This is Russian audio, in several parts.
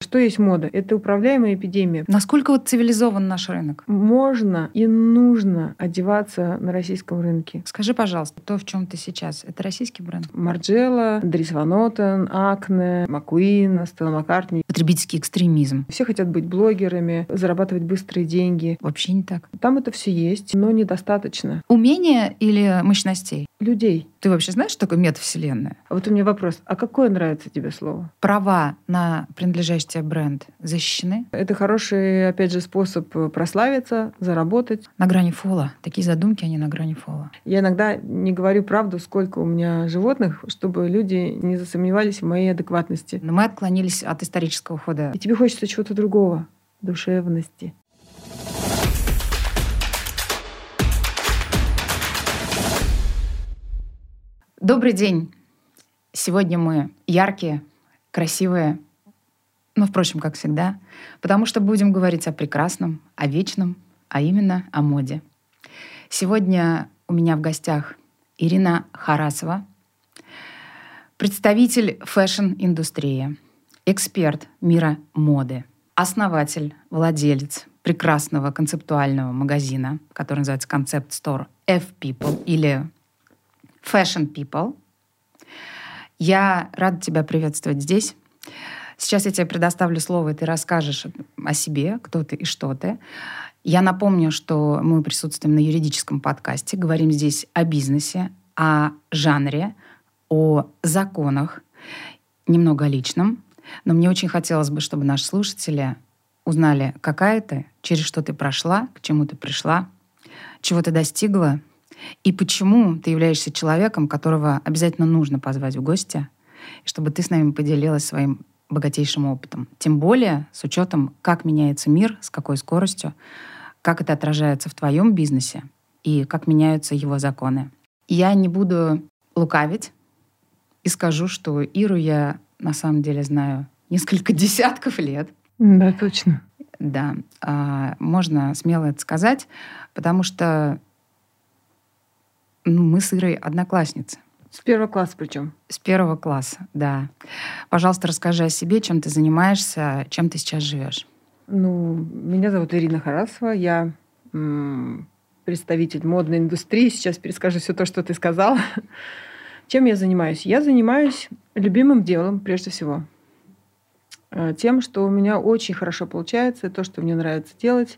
Что есть мода? Это управляемая эпидемия. Насколько вот цивилизован наш рынок? Можно и нужно одеваться на российском рынке. Скажи, пожалуйста, то, в чем ты сейчас, это российский бренд? Марджелла, Дрис Ван Нотен, Акне, Маккуин, Стелла Маккартни. Потребительский экстремизм. Все хотят быть блогерами, зарабатывать быстрые деньги. Вообще не так. Там это все есть, но недостаточно. Умения или мощностей? Людей. Ты вообще знаешь, что такое метавселенная? Вот у меня вопрос. А какое нравится тебе слово? Права на принадлежащий тебе бренд защищены? Это хороший, опять же, способ прославиться, заработать. На грани фола. Такие задумки, они на грани фола. Я иногда не говорю правду, сколько у меня животных, чтобы люди не засомневались в моей адекватности. Но мы отклонились от исторического хода. И тебе хочется чего-то другого, душевности. Добрый день. Сегодня мы яркие, красивые, но, впрочем, как всегда, потому что будем говорить о прекрасном, о вечном, а именно о моде. Сегодня у меня в гостях Ирина Харасова, представитель фэшн-индустрии, эксперт мира моды, основатель, владелец прекрасного концептуального магазина, который называется Concept Store F-People или Fashion People. Я рада тебя приветствовать здесь. Сейчас я тебе предоставлю слово, и ты расскажешь о себе, кто ты и что ты. Я напомню, что мы присутствуем на юридическом подкасте, говорим здесь о бизнесе, о жанре, о законах, немного о личном. Но мне очень хотелось бы, чтобы наши слушатели узнали, какая ты, через что ты прошла, к чему ты пришла, чего ты достигла, и почему ты являешься человеком, которого обязательно нужно позвать в гости, чтобы ты с нами поделилась своим богатейшим опытом. Тем более с учетом, как меняется мир, с какой скоростью, как это отражается в твоем бизнесе и как меняются его законы. Я не буду лукавить и скажу, что Иру я на самом деле знаю несколько десятков лет. Да, точно. Да, можно смело это сказать, потому что мы с Ирой одноклассницы. С первого класса причем. С первого класса, да. Пожалуйста, расскажи о себе, чем ты занимаешься, чем ты сейчас живешь. Меня зовут Ирина Харасова. Я представитель модной индустрии. Сейчас перескажу все то, что ты сказала. Чем я занимаюсь? Я занимаюсь любимым делом, прежде всего. Тем, что у меня очень хорошо получается, то, что мне нравится делать.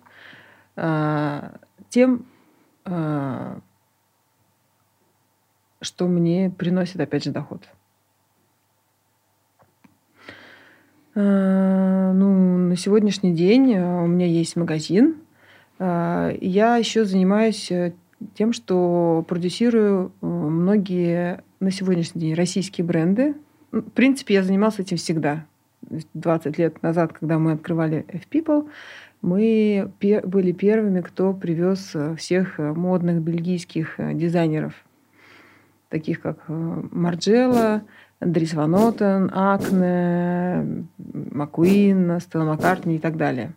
Тем, что мне приносит, опять же, доход. На сегодняшний день у меня есть магазин. Я еще занимаюсь тем, что продюсирую многие на сегодняшний день российские бренды. В принципе, я занималась этим всегда. 20 лет назад, когда мы открывали F-People, мы были первыми, кто привез всех модных бельгийских дизайнеров, таких как Марджелла, Дрис Ван Нотен, Акне, Маккуин, Стелла Маккартни и так далее.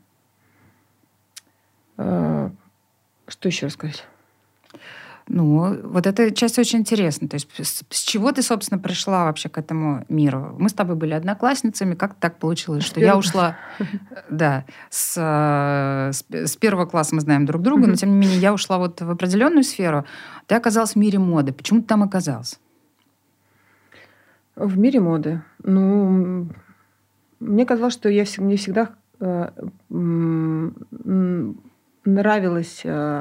Что еще рассказать? Вот эта часть очень интересна. То есть с чего ты, собственно, пришла вообще к этому миру? Мы с тобой были одноклассницами. Как так получилось, что я ушла... Да, с первого класса мы знаем друг друга, но, тем не менее, я ушла вот в определенную сферу. Ты оказалась в мире моды. Почему ты там оказалась? В мире моды? Мне казалось, что мне всегда нравилось...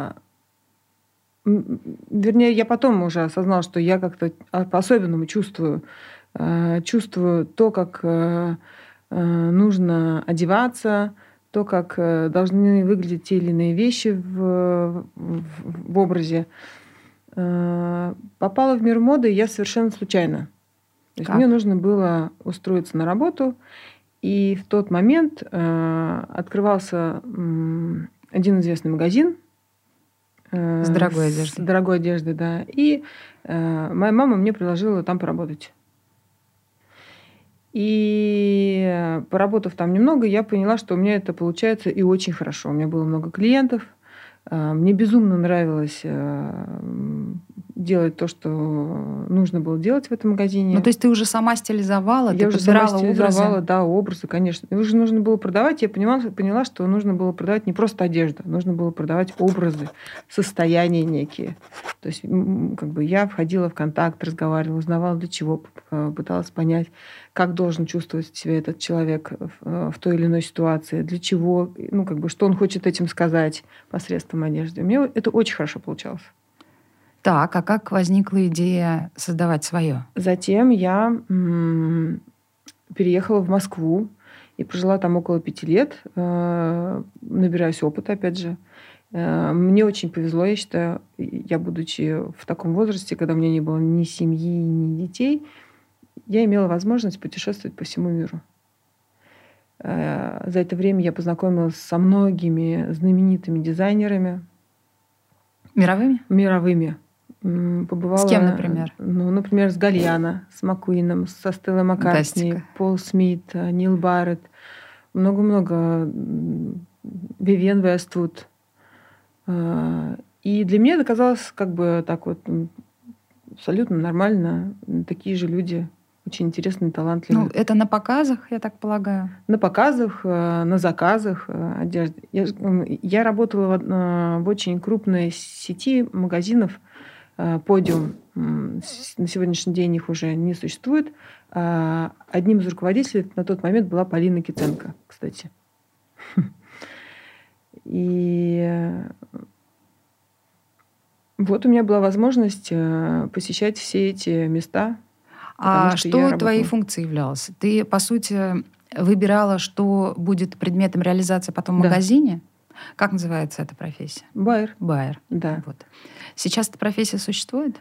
Вернее, я потом уже осознала, что я как-то по-особенному чувствую то, как нужно одеваться, то, как должны выглядеть те или иные вещи в образе. Попала в мир моды я совершенно случайно. То есть мне нужно было устроиться на работу, и в тот момент открывался один известный магазин, с дорогой одеждой. С дорогой одеждой, да. И моя мама мне предложила там поработать. И поработав там немного, я поняла, что у меня это получается и очень хорошо. У меня было много клиентов. Мне безумно нравилось делать то, что нужно было делать в этом магазине. Ну, то есть ты уже сама стилизовала, Я ты уже сама подбирала стилизовала, образы? да, образы, конечно. И уже нужно было продавать. Я поняла, что нужно было продавать не просто одежду, нужно было продавать образы, состояния некие. То есть как бы я входила в контакт, разговаривала, узнавала для чего, пыталась понять, как должен чувствовать себя этот человек в той или иной ситуации, для чего, ну, как бы, что он хочет этим сказать посредством одежды. Мне это очень хорошо получалось. Так, а как возникла идея создавать свое? Затем я переехала в Москву и прожила там около 5 лет, набираюсь опыта, опять же. Мне очень повезло, я считаю, я, будучи в таком возрасте, когда у меня не было ни семьи, ни детей, я имела возможность путешествовать по всему миру. За это время я познакомилась со многими знаменитыми дизайнерами. Мировыми? Мировыми. Побывала, с кем, например? Ну, например, с Гальяно, с Маккуином, со Стеллой Маккартни, Пол Смит, Нил Барретт, много-много, Вивиен Вествуд. И для меня это казалось как бы так вот абсолютно нормально. Такие же люди, очень интересные, талантливые. Ну, это на показах, я так полагаю? На показах, на заказах одежды. Я работала в очень крупной сети магазинов «Подиум». На сегодняшний день их уже не существует. Одним из руководителей на тот момент была Полина Киценко, кстати. И вот у меня была возможность посещать все эти места. А что твоей функцией являлось? Ты, по сути, выбирала, что будет предметом реализации потом в магазине? Как называется эта профессия? Байер. Байер. Да. Вот. Сейчас эта профессия существует?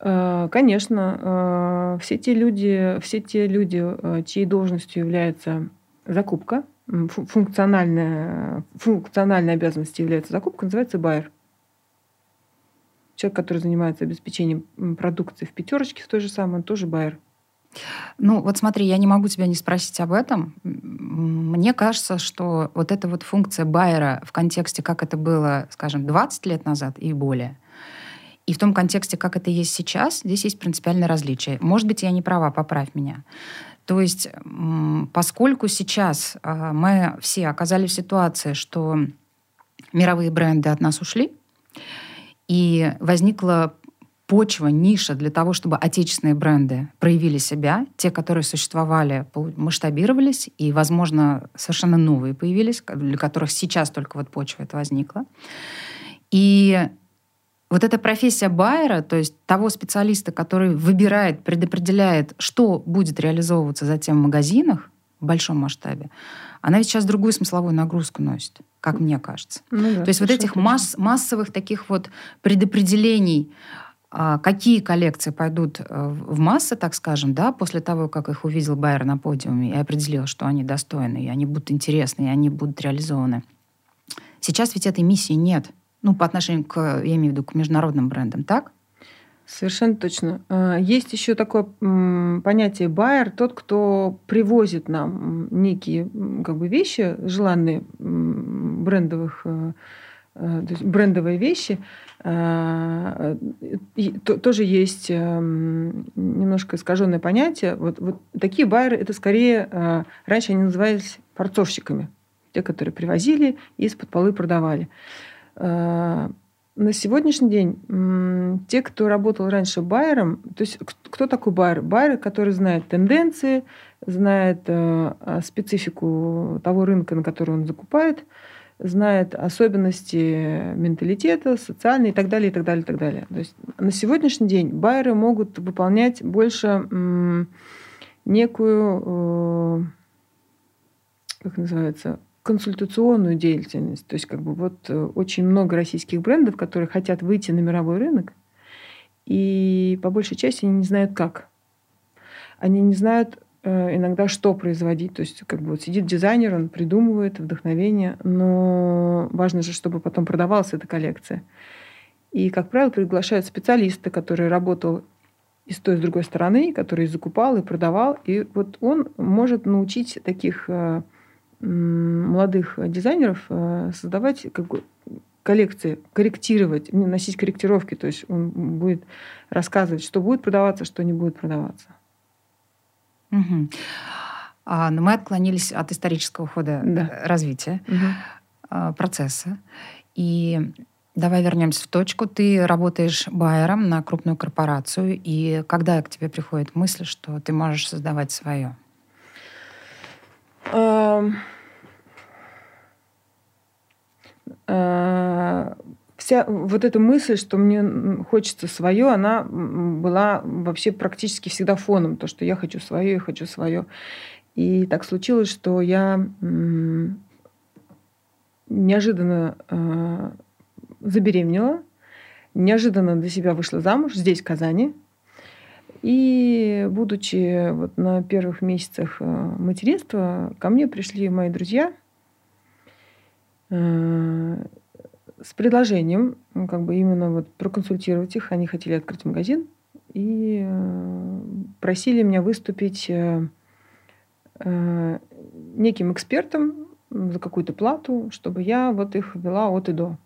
Конечно. Все те люди, чьей должностью является закупка, функциональная обязанность является закупка, называется байер. Человек, который занимается обеспечением продукции в пятерочке, в той же самой, он тоже байер. Ну, вот смотри, я не могу тебя не спросить об этом. Мне кажется, что вот эта вот функция байера в контексте, как это было, скажем, 20 лет назад и более, и в том контексте, как это есть сейчас, здесь есть принципиальное различие. Может быть, я не права, поправь меня. То есть, поскольку сейчас мы все оказались в ситуации, что мировые бренды от нас ушли, и возникла почва, ниша для того, чтобы отечественные бренды проявили себя, те, которые существовали, масштабировались, и, возможно, совершенно новые появились, для которых сейчас только вот почва эта возникла. И вот эта профессия байера, то есть того специалиста, который выбирает, предопределяет, что будет реализовываться затем в магазинах в большом масштабе, она ведь сейчас другую смысловую нагрузку носит, как мне кажется. Ну, да, то есть вот этих массовых таких вот предопределений, какие коллекции пойдут в массы, так скажем, да, после того, как их увидел байер на подиуме и определил, что они достойны, и они будут интересны, и они будут реализованы. Сейчас ведь этой миссии нет. Ну, по отношению я имею в виду, к международным брендам, так? Совершенно точно. Есть еще такое понятие байер, тот, кто привозит нам некие как бы вещи, желанные то есть брендовые вещи. И тоже есть немножко искаженное понятие. Вот такие байеры, это скорее, раньше они назывались форцовщиками, те, которые привозили и из-под полы продавали. На сегодняшний день те, кто работал раньше байером, то есть кто такой байер? Байер, который знает тенденции, знает специфику того рынка, на который он закупает, знает особенности менталитета, социальные и так далее, и так далее, и так далее. То есть на сегодняшний день байеры могут выполнять больше некую, как называется, консультационную деятельность. То есть как бы вот очень много российских брендов, которые хотят выйти на мировой рынок, и по большей части они не знают как. Они не знают иногда, что производить. То есть как бы вот сидит дизайнер, он придумывает вдохновение, но важно же, чтобы потом продавалась эта коллекция. И, как правило, приглашают специалиста, который работал и с той, и с другой стороны, который закупал и продавал. И вот он может научить таких молодых дизайнеров создавать коллекции корректировать, носить корректировки. То есть он будет рассказывать, что будет продаваться, что не будет продаваться. Угу. Но мы отклонились от исторического хода развития процесса. И давай вернемся в точку. Ты работаешь байером на крупную корпорацию. И когда к тебе приходит мысль, что ты можешь создавать свое? Вся вот эта мысль, что мне хочется свое, она была вообще практически всегда фоном. То, что я хочу свое, я хочу свое. И так случилось, что я неожиданно забеременела, неожиданно для себя вышла замуж здесь, в Казани. И, будучи вот на первых месяцах материнства, ко мне пришли мои друзья с предложением, как бы именно вот проконсультировать их. Они хотели открыть магазин и просили меня выступить неким экспертом за какую-то плату, чтобы я вот их вела от и до.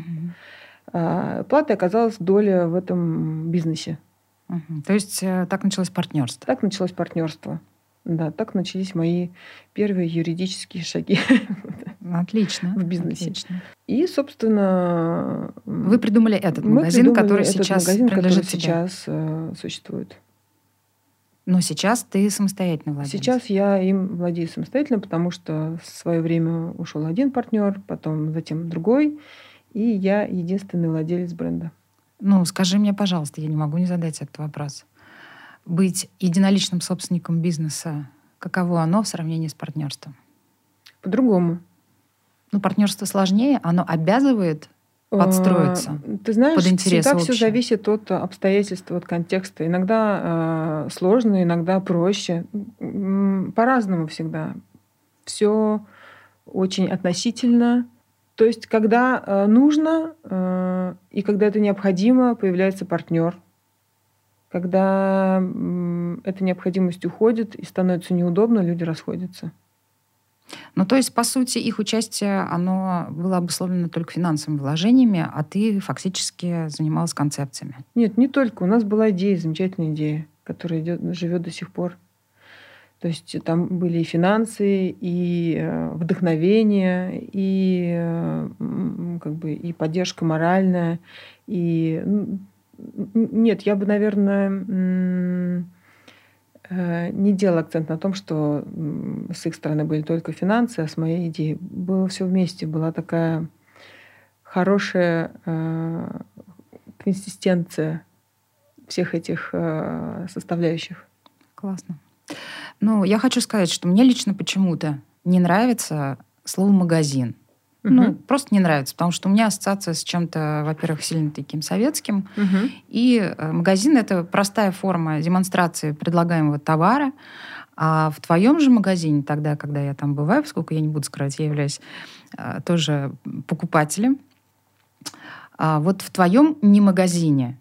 Платой оказалась доля в этом бизнесе. То есть так началось партнерство? Так началось партнерство. Да, так начались мои первые юридические шаги. Отлично. В бизнесе. Отлично. И, собственно... Вы придумали этот магазин, который сейчас принадлежит тебе? Сейчас существует. Но сейчас ты самостоятельно владелец? Сейчас я им владею самостоятельно, потому что в свое время ушел один партнер, затем другой, и я единственный владелец бренда. Ну, скажи мне, пожалуйста, я не могу не задать этот вопрос. Быть единоличным собственником бизнеса, каково оно в сравнении с партнерством? По-другому. Ну, партнерство сложнее, оно обязывает подстроиться. Ты знаешь, под интересы всегда общие. Все зависит от обстоятельств, от контекста. Иногда сложно, иногда проще. По-разному всегда. Все очень относительно. То есть, когда нужно и когда это необходимо, появляется партнер. Когда эта необходимость уходит и становится неудобно, люди расходятся. Ну, то есть, по сути, их участие, оно было обусловлено только финансовыми вложениями, а ты фактически занималась концепциями. Нет, не только. У нас была идея, замечательная идея, которая живет до сих пор. То есть там были и финансы, и вдохновение, и как бы и поддержка моральная. И нет, я бы, наверное, не делала акцент на том, что с их стороны были только финансы, а с моей идеей было все вместе. Была такая хорошая консистенция всех этих составляющих. Классно. Ну, я хочу сказать, что мне лично почему-то не нравится слово «магазин». Ну, просто не нравится, потому что у меня ассоциация с чем-то, во-первых, сильно таким советским. И магазин — это простая форма демонстрации предлагаемого товара. А в твоем же магазине, тогда, когда я там бываю, поскольку я не буду скрывать, я являюсь тоже покупателем, вот в твоем не магазине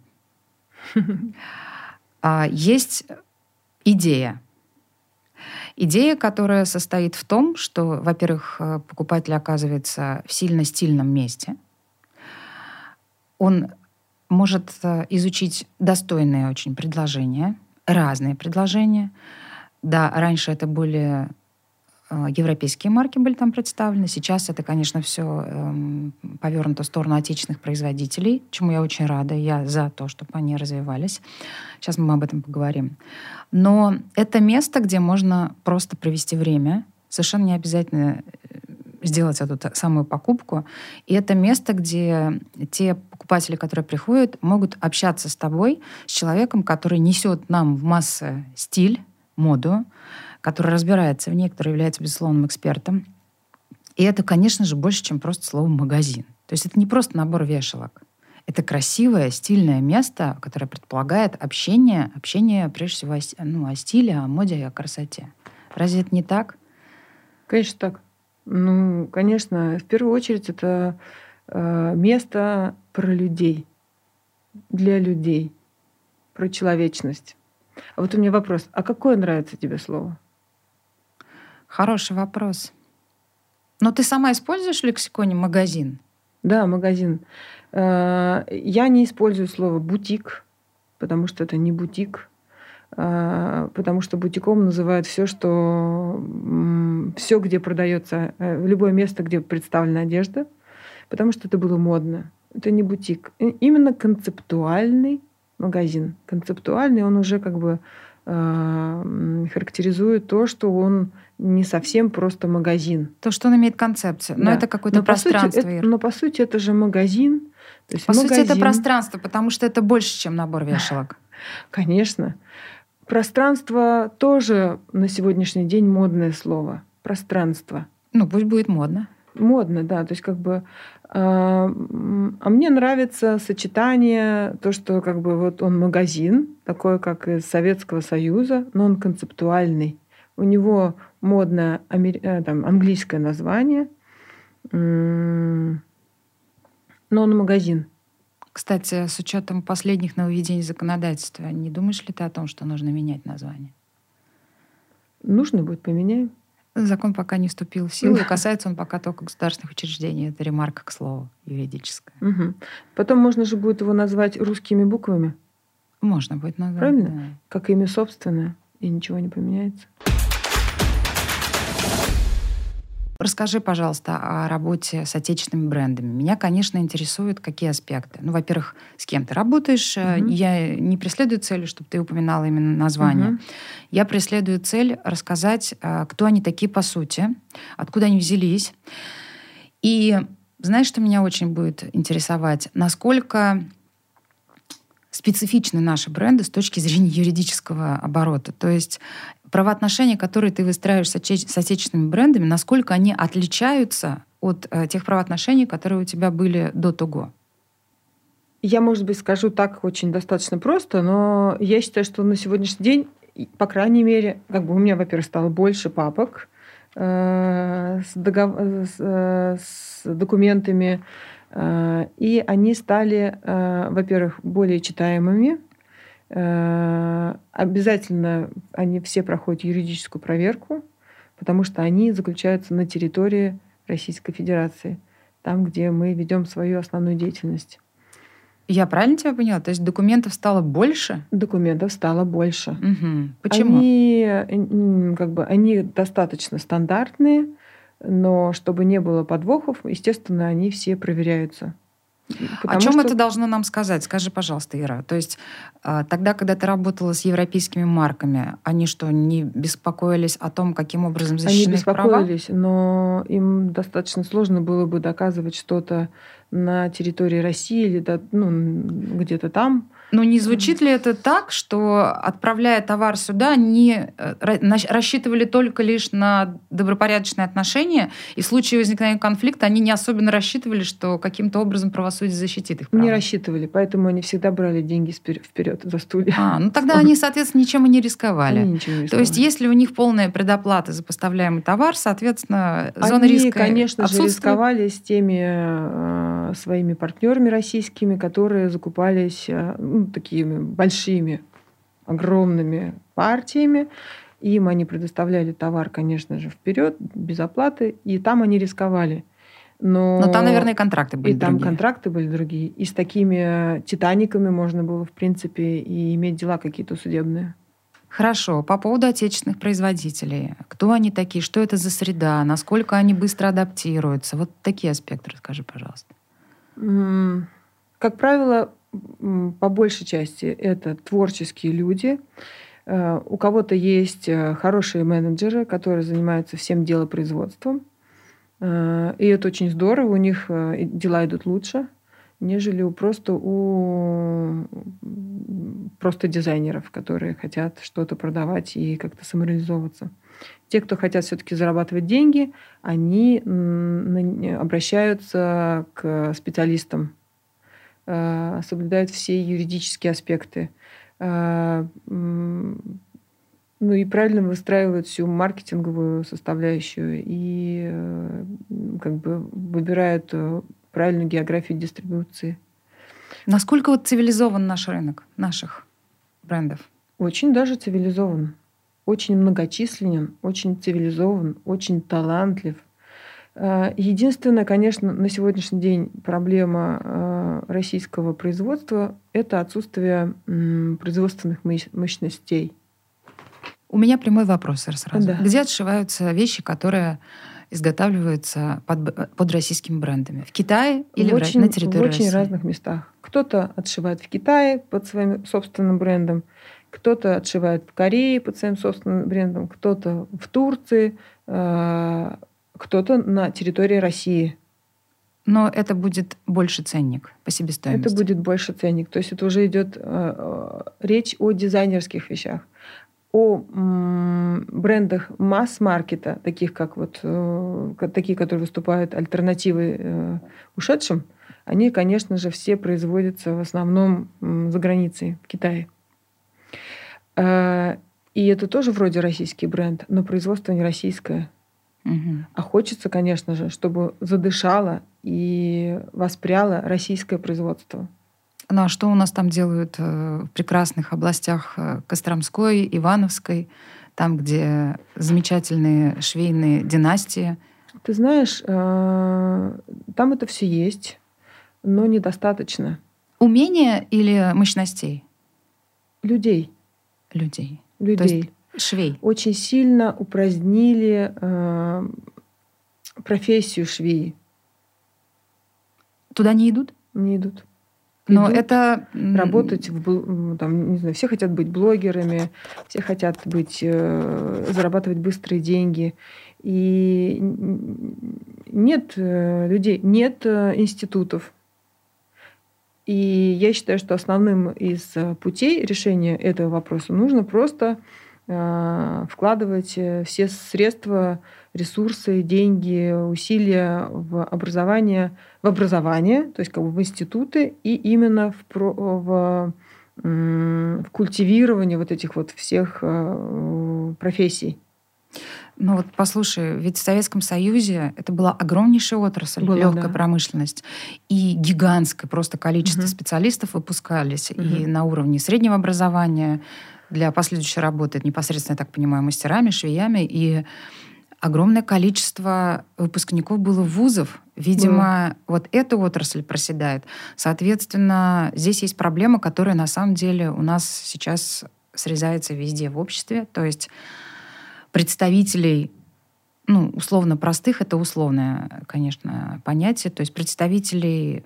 есть идея. Идея, которая состоит в том, что, во-первых, покупатель оказывается в сильно стильном месте. Он может изучить достойные очень предложения, разные предложения. Да, раньше это более европейские марки были там представлены. Сейчас это, конечно, все повернуто в сторону отечественных производителей, чему я очень рада. Я за то, чтобы они развивались. Сейчас мы об этом поговорим. Но это место, где можно просто провести время. Совершенно не обязательно сделать эту самую покупку. И это место, где те покупатели, которые приходят, могут общаться с тобой, с человеком, который несет нам в массы стиль, моду, который разбирается в ней, который является безусловным экспертом. И это, конечно же, больше, чем просто слово «магазин». То есть это не просто набор вешалок. Это красивое, стильное место, которое предполагает общение прежде всего, о стиле, о моде и о красоте. Разве это не так? Конечно, так. Ну, конечно, в первую очередь это место про людей, для людей, про человечность. А вот у меня вопрос. А какое нравится тебе слово? Хороший вопрос. Но ты сама используешь в лексиконе «магазин»? Да, магазин. Я не использую слово «бутик», потому что это не бутик. Потому что бутиком называют все, что все, где продается, любое место, где представлена одежда, потому что это было модно. Это не бутик. Именно концептуальный магазин. Концептуальный, он уже как бы характеризует то, что он не совсем просто магазин. То, что он имеет концепцию. Но Да. это какое-то пространство, Ир. Но по сути это же магазин. То есть По сути, это пространство, потому что это больше, чем набор вешалок. Конечно. Пространство тоже на сегодняшний день модное слово. Пространство. Ну, пусть будет модно. Модно, да. То есть как бы... А мне нравится сочетание, то, что как бы вот он магазин, такой, как из Советского Союза, но он концептуальный. У него модное там, английское название, но он магазин. Кстати, с учетом последних нововведений законодательства, не думаешь ли ты о том, что нужно менять название? Нужно будет, поменяем. Закон пока не вступил в силу, и касается он пока только государственных учреждений. Это ремарка, к слову, юридическая. Угу. Потом можно же будет его назвать русскими буквами. Можно будет назвать. Правильно? Да. Как имя собственное, и ничего не поменяется. Расскажи, пожалуйста, о работе с отечественными брендами. Меня, конечно, интересуют какие аспекты. Ну, во-первых, с кем ты работаешь. Я не преследую цель, чтобы ты упоминала именно название. Я преследую цель рассказать, кто они такие по сути, откуда они взялись. И знаешь, что меня очень будет интересовать? Насколько специфичны наши бренды с точки зрения юридического оборота. То есть правоотношения, которые ты выстраиваешь с отечественными брендами, насколько они отличаются от тех правоотношений, которые у тебя были до того? Я, может быть, скажу так очень достаточно просто, но я считаю, что на сегодняшний день, по крайней мере, как бы у меня, во-первых, стало больше папок с документами, и они стали, во-первых, более читаемыми. Обязательно они все проходят юридическую проверку, потому что они заключаются на территории Российской Федерации, там, где мы ведем свою основную деятельность. Я правильно тебя поняла? То есть документов стало больше? Документов стало больше. Угу. Почему? Они достаточно стандартные, но чтобы не было подвохов, естественно, они все проверяются. О чем это должно нам сказать? Скажи, пожалуйста, Ира. То есть тогда, когда ты работала с европейскими марками, они что, не беспокоились о том, каким образом защищены их права? Они беспокоились, но им достаточно сложно было бы доказывать что-то на территории России или где-то там. Но не звучит ли это так, что, отправляя товар сюда, они рассчитывали только лишь на добропорядочные отношения, и в случае возникновения конфликта они не особенно рассчитывали, что каким-то образом правосудие защитит их права? Не рассчитывали, поэтому они всегда брали деньги вперед за стулья. Ну тогда они, соответственно, ничем и не рисковали. Они ничем не рисковали. То есть если у них полная предоплата за поставляемый товар, соответственно, зона риска Они, конечно же, рисковали с теми своими партнерами российскими, которые закупались такими большими, огромными партиями. Им они предоставляли товар, конечно же, вперед, без оплаты, и там они рисковали. Но там, наверное, контракты были другие. И там контракты были другие. И с такими «Титаниками» можно было, в принципе, и иметь дела какие-то судебные. Хорошо. По поводу отечественных производителей. Кто они такие? Что это за среда? Насколько они быстро адаптируются? Вот такие аспекты расскажи, пожалуйста. Как правило, по большей части это творческие люди. У кого-то есть хорошие менеджеры, которые занимаются всем делопроизводством. И это очень здорово. У них дела идут лучше, нежели просто у дизайнеров, которые хотят что-то продавать и как-то самореализовываться. Те, кто хотят все-таки зарабатывать деньги, они обращаются к специалистам, соблюдают все юридические аспекты, и правильно выстраивают всю маркетинговую составляющую и выбирают правильную географию дистрибуции. Насколько цивилизован наш рынок, наших брендов? Очень даже цивилизован. Очень многочисленен, очень цивилизован, очень талантлив. Единственное, конечно, на сегодняшний день проблема российского производства — это отсутствие производственных мощностей. У меня прямой вопрос сразу. Да. Где отшиваются вещи, которые изготавливаются под российскими брендами? В Китае или на территории В очень России? разных местах. Кто-то отшивает в Китае под своим собственным брендом, кто-то отшивает в Корее под своим собственным брендом, кто-то в Турции, кто-то на территории России. Но это будет больше ценник по себестоимости. Это будет больше ценник. То есть это уже идет речь о дизайнерских вещах. О брендах масс-маркета, таких как такие, которые выступают альтернативой ушедшим, они, конечно же, все производятся в основном за границей, в Китае. И это тоже вроде российский бренд, но производство не российское. Угу. А хочется, конечно же, чтобы задышало и воспряло российское производство. Ну а что у нас там делают в прекрасных областях Костромской, Ивановской, там, где замечательные швейные династии? Ты знаешь, там это все есть, но недостаточно. Умения или мощностей? Людей. Людей. Людей. То есть швей. Очень сильно упразднили профессию швеи. Туда не идут? Не идут. Но идут это работать там, не знаю, все хотят быть блогерами, все хотят зарабатывать быстрые деньги. И нет людей, нет институтов. И я считаю, что основным из путей решения этого вопроса нужно просто вкладывать все средства, ресурсы, деньги, усилия в образование, то есть как бы в институты и именно в культивирование вот этих вот всех профессий. Ну вот послушай, ведь в Советском Союзе это была огромнейшая отрасль, легкая промышленность, и гигантское просто количество специалистов выпускались и на уровне среднего образования для последующей работы, непосредственно, я так понимаю, мастерами, швеями, и огромное количество выпускников было вузов. Видимо, вот эта отрасль проседает. Соответственно, здесь есть проблема, которая на самом деле у нас сейчас срезается везде в обществе. То есть представителей, условно простых, это условное, конечно, понятие, то есть представителей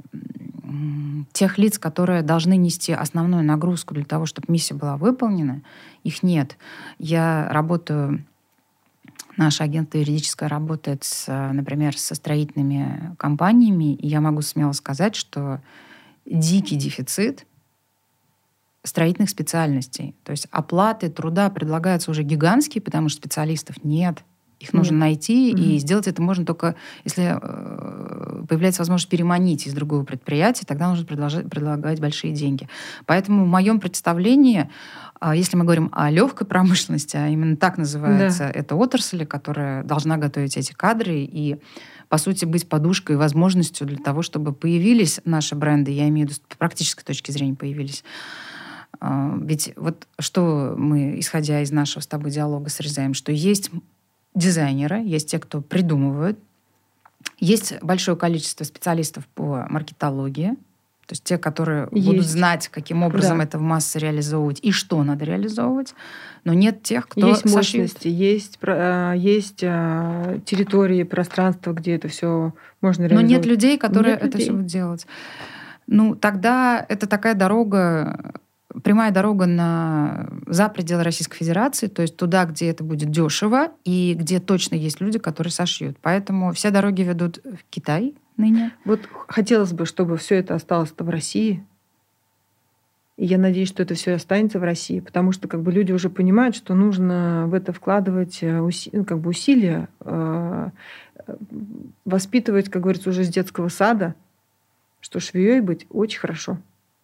тех лиц, которые должны нести основную нагрузку для того, чтобы миссия была выполнена, их нет. Я работаю, наше агентство юридическое работает, например, со строительными компаниями, и я могу смело сказать, что дикий дефицит строительных специальностей. То есть оплаты труда предлагаются уже гигантские, потому что специалистов нет. Их нужно найти, и сделать это можно только, если появляется возможность переманить из другого предприятия, тогда нужно предлагать большие деньги. Поэтому в моем представлении, если мы говорим о легкой промышленности, а именно так называется эта отрасль, которая должна готовить эти кадры и, по сути, быть подушкой и возможностью для того, чтобы появились наши бренды, я имею в виду с практической точки зрения появились. Ведь вот что мы, исходя из нашего с тобой диалога, срезаем, что есть дизайнеры, есть те, кто придумывают, есть большое количество специалистов по маркетологии, то есть те, которые будут знать, каким образом это в массы реализовывать и что надо реализовывать, но нет тех, кто есть мощности, есть территории, пространства, где это все можно реализовать. Но нет людей, которые это все будут делать. Тогда это такая дорога, прямая дорога за пределы Российской Федерации, то есть туда, где это будет дешево и где точно есть люди, которые сошьют. Поэтому все дороги ведут в Китай ныне. Вот хотелось бы, чтобы все это осталось в России. И я надеюсь, что это все останется в России, потому что люди уже понимают, что нужно в это вкладывать усилия, воспитывать, как говорится, уже с детского сада, что швеей быть очень хорошо.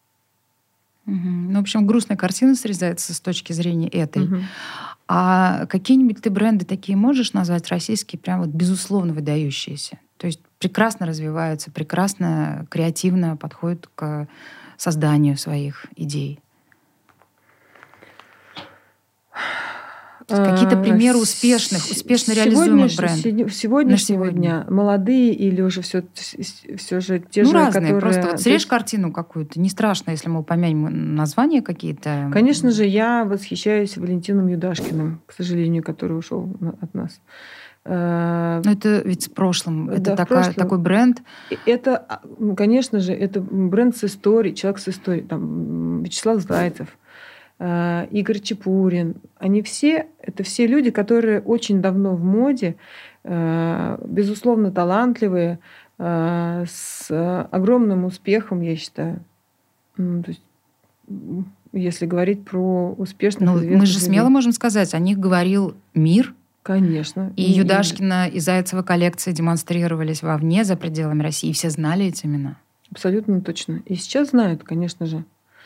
В общем, грустная картина срезается с точки зрения этой. А какие-нибудь ты бренды такие можешь назвать российские, прям безусловно выдающиеся? То есть прекрасно развиваются, прекрасно, креативно подходят к созданию своих идей. Какие-то примеры успешно реализуемых брендов. Сегодняшнего дня молодые или уже все же те же, разные. которые... Просто вот срежь картину какую-то. Не страшно, если мы упомянем названия какие-то. Конечно же, я восхищаюсь Валентином Юдашкиным, к сожалению, который ушел от нас. Но это ведь в прошлом. Да, это такой бренд. Это, конечно же, это бренд с историей, человек с историей. Там Вячеслав Зайцев, Игорь Чепурин. Они все, это все люди, которые очень давно в моде, безусловно, талантливые, с огромным успехом, я считаю. То есть, если говорить про успешных, известных мы же людей. смело можем сказать, о них говорил мир. Конечно. И Юдашкина, и Зайцева коллекции демонстрировались вовне, за пределами России. И все знали эти имена. Абсолютно точно. И сейчас знают, конечно же.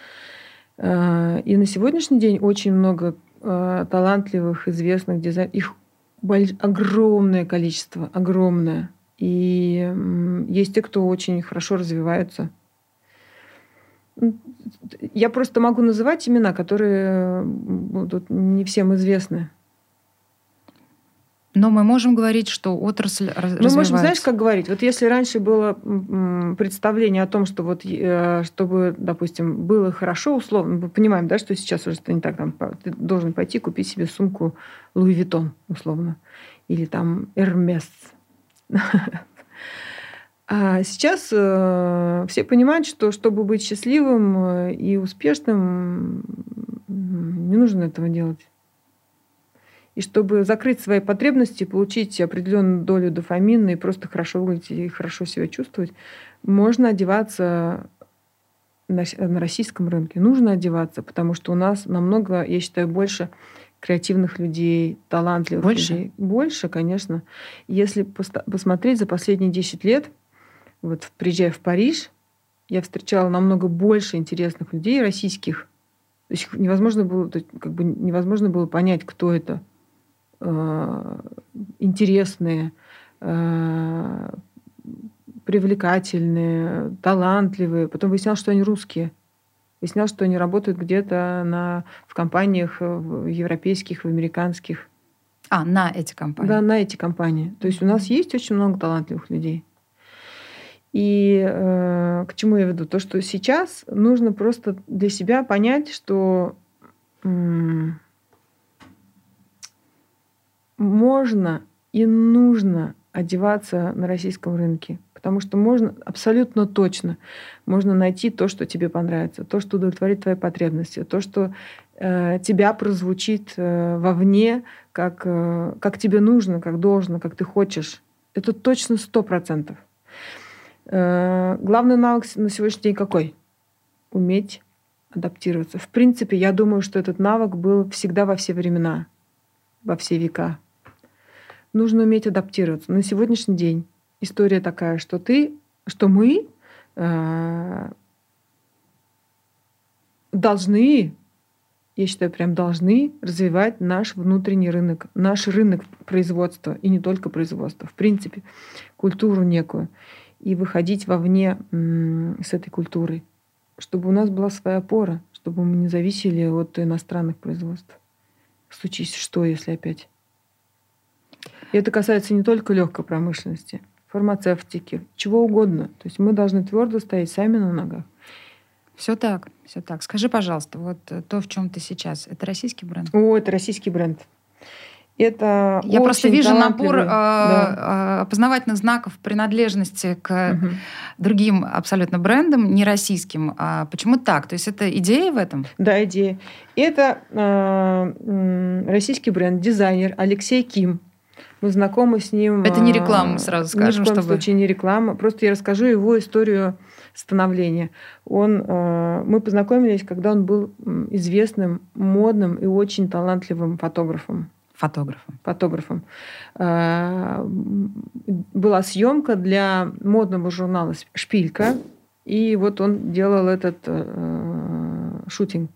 И на сегодняшний день очень много талантливых, известных дизайнеров. Их огромное количество, огромное. И есть те, кто очень хорошо развиваются. Я просто могу называть имена, которые будут не всем известны. Но мы можем говорить, что отрасль развивается. Мы можем, знаешь, как говорить? Вот если раньше было представление о том, что вот, чтобы, допустим, было хорошо, условно, мы понимаем, да, что сейчас уже это не так, там, ты должен пойти купить себе сумку Луи Виттон, условно, или там Hermès. А сейчас все понимают, что чтобы быть счастливым и успешным, не нужно этого делать. И чтобы закрыть свои потребности, получить определенную долю дофамина и просто хорошо выглядеть и хорошо себя чувствовать, можно одеваться на российском рынке. Нужно одеваться, потому что у нас намного, я считаю, больше креативных людей, талантливых людей. Больше, конечно. Если посмотреть за последние 10 лет, вот приезжая в Париж, я встречала намного больше интересных людей российских. То есть невозможно было понять, кто это. Интересные, привлекательные, талантливые. Потом выяснялось, что они русские. Выяснялось, что они работают где-то в компаниях в европейских, в американских. На эти компании? Да, на эти компании. То есть у нас есть очень много талантливых людей. И к чему я веду? То, что сейчас нужно просто для себя понять, что можно и нужно одеваться на российском рынке. Потому что можно абсолютно точно можно найти то, что тебе понравится, то, что удовлетворит твои потребности, то, что тебя прозвучит вовне, как тебе нужно, как должно, как ты хочешь. Это точно 100%. Главный навык на сегодняшний день какой? Уметь адаптироваться. В принципе, я думаю, что этот навык был всегда во все времена, во все века. Нужно уметь адаптироваться. На сегодняшний день история такая, что мы должны, я считаю, прям должны развивать наш внутренний рынок, наш рынок производства, и не только производства, в принципе, культуру некую, и выходить вовне с этой культурой, чтобы у нас была своя опора, чтобы мы не зависели от иностранных производств. Случись что, если опять? И это касается не только легкой промышленности, фармацевтики, чего угодно. То есть мы должны твердо стоять сами на ногах. Все так, все так. Скажи, пожалуйста, вот то, в чем ты сейчас, это российский бренд? Это российский бренд. Это я просто вижу набор опознавательных знаков принадлежности к другим абсолютно брендам, не российским. А почему так? То есть это идея в этом? Да, идея. Это российский бренд, дизайнер Алексей Ким. Мы знакомы с ним. Это не реклама, сразу скажем. Ни в коем случае не реклама. Просто я расскажу его историю становления. Мы познакомились, когда он был известным, модным и очень талантливым фотографом. Была съемка для модного журнала «Шпилька», и вот он делал этот шутинг.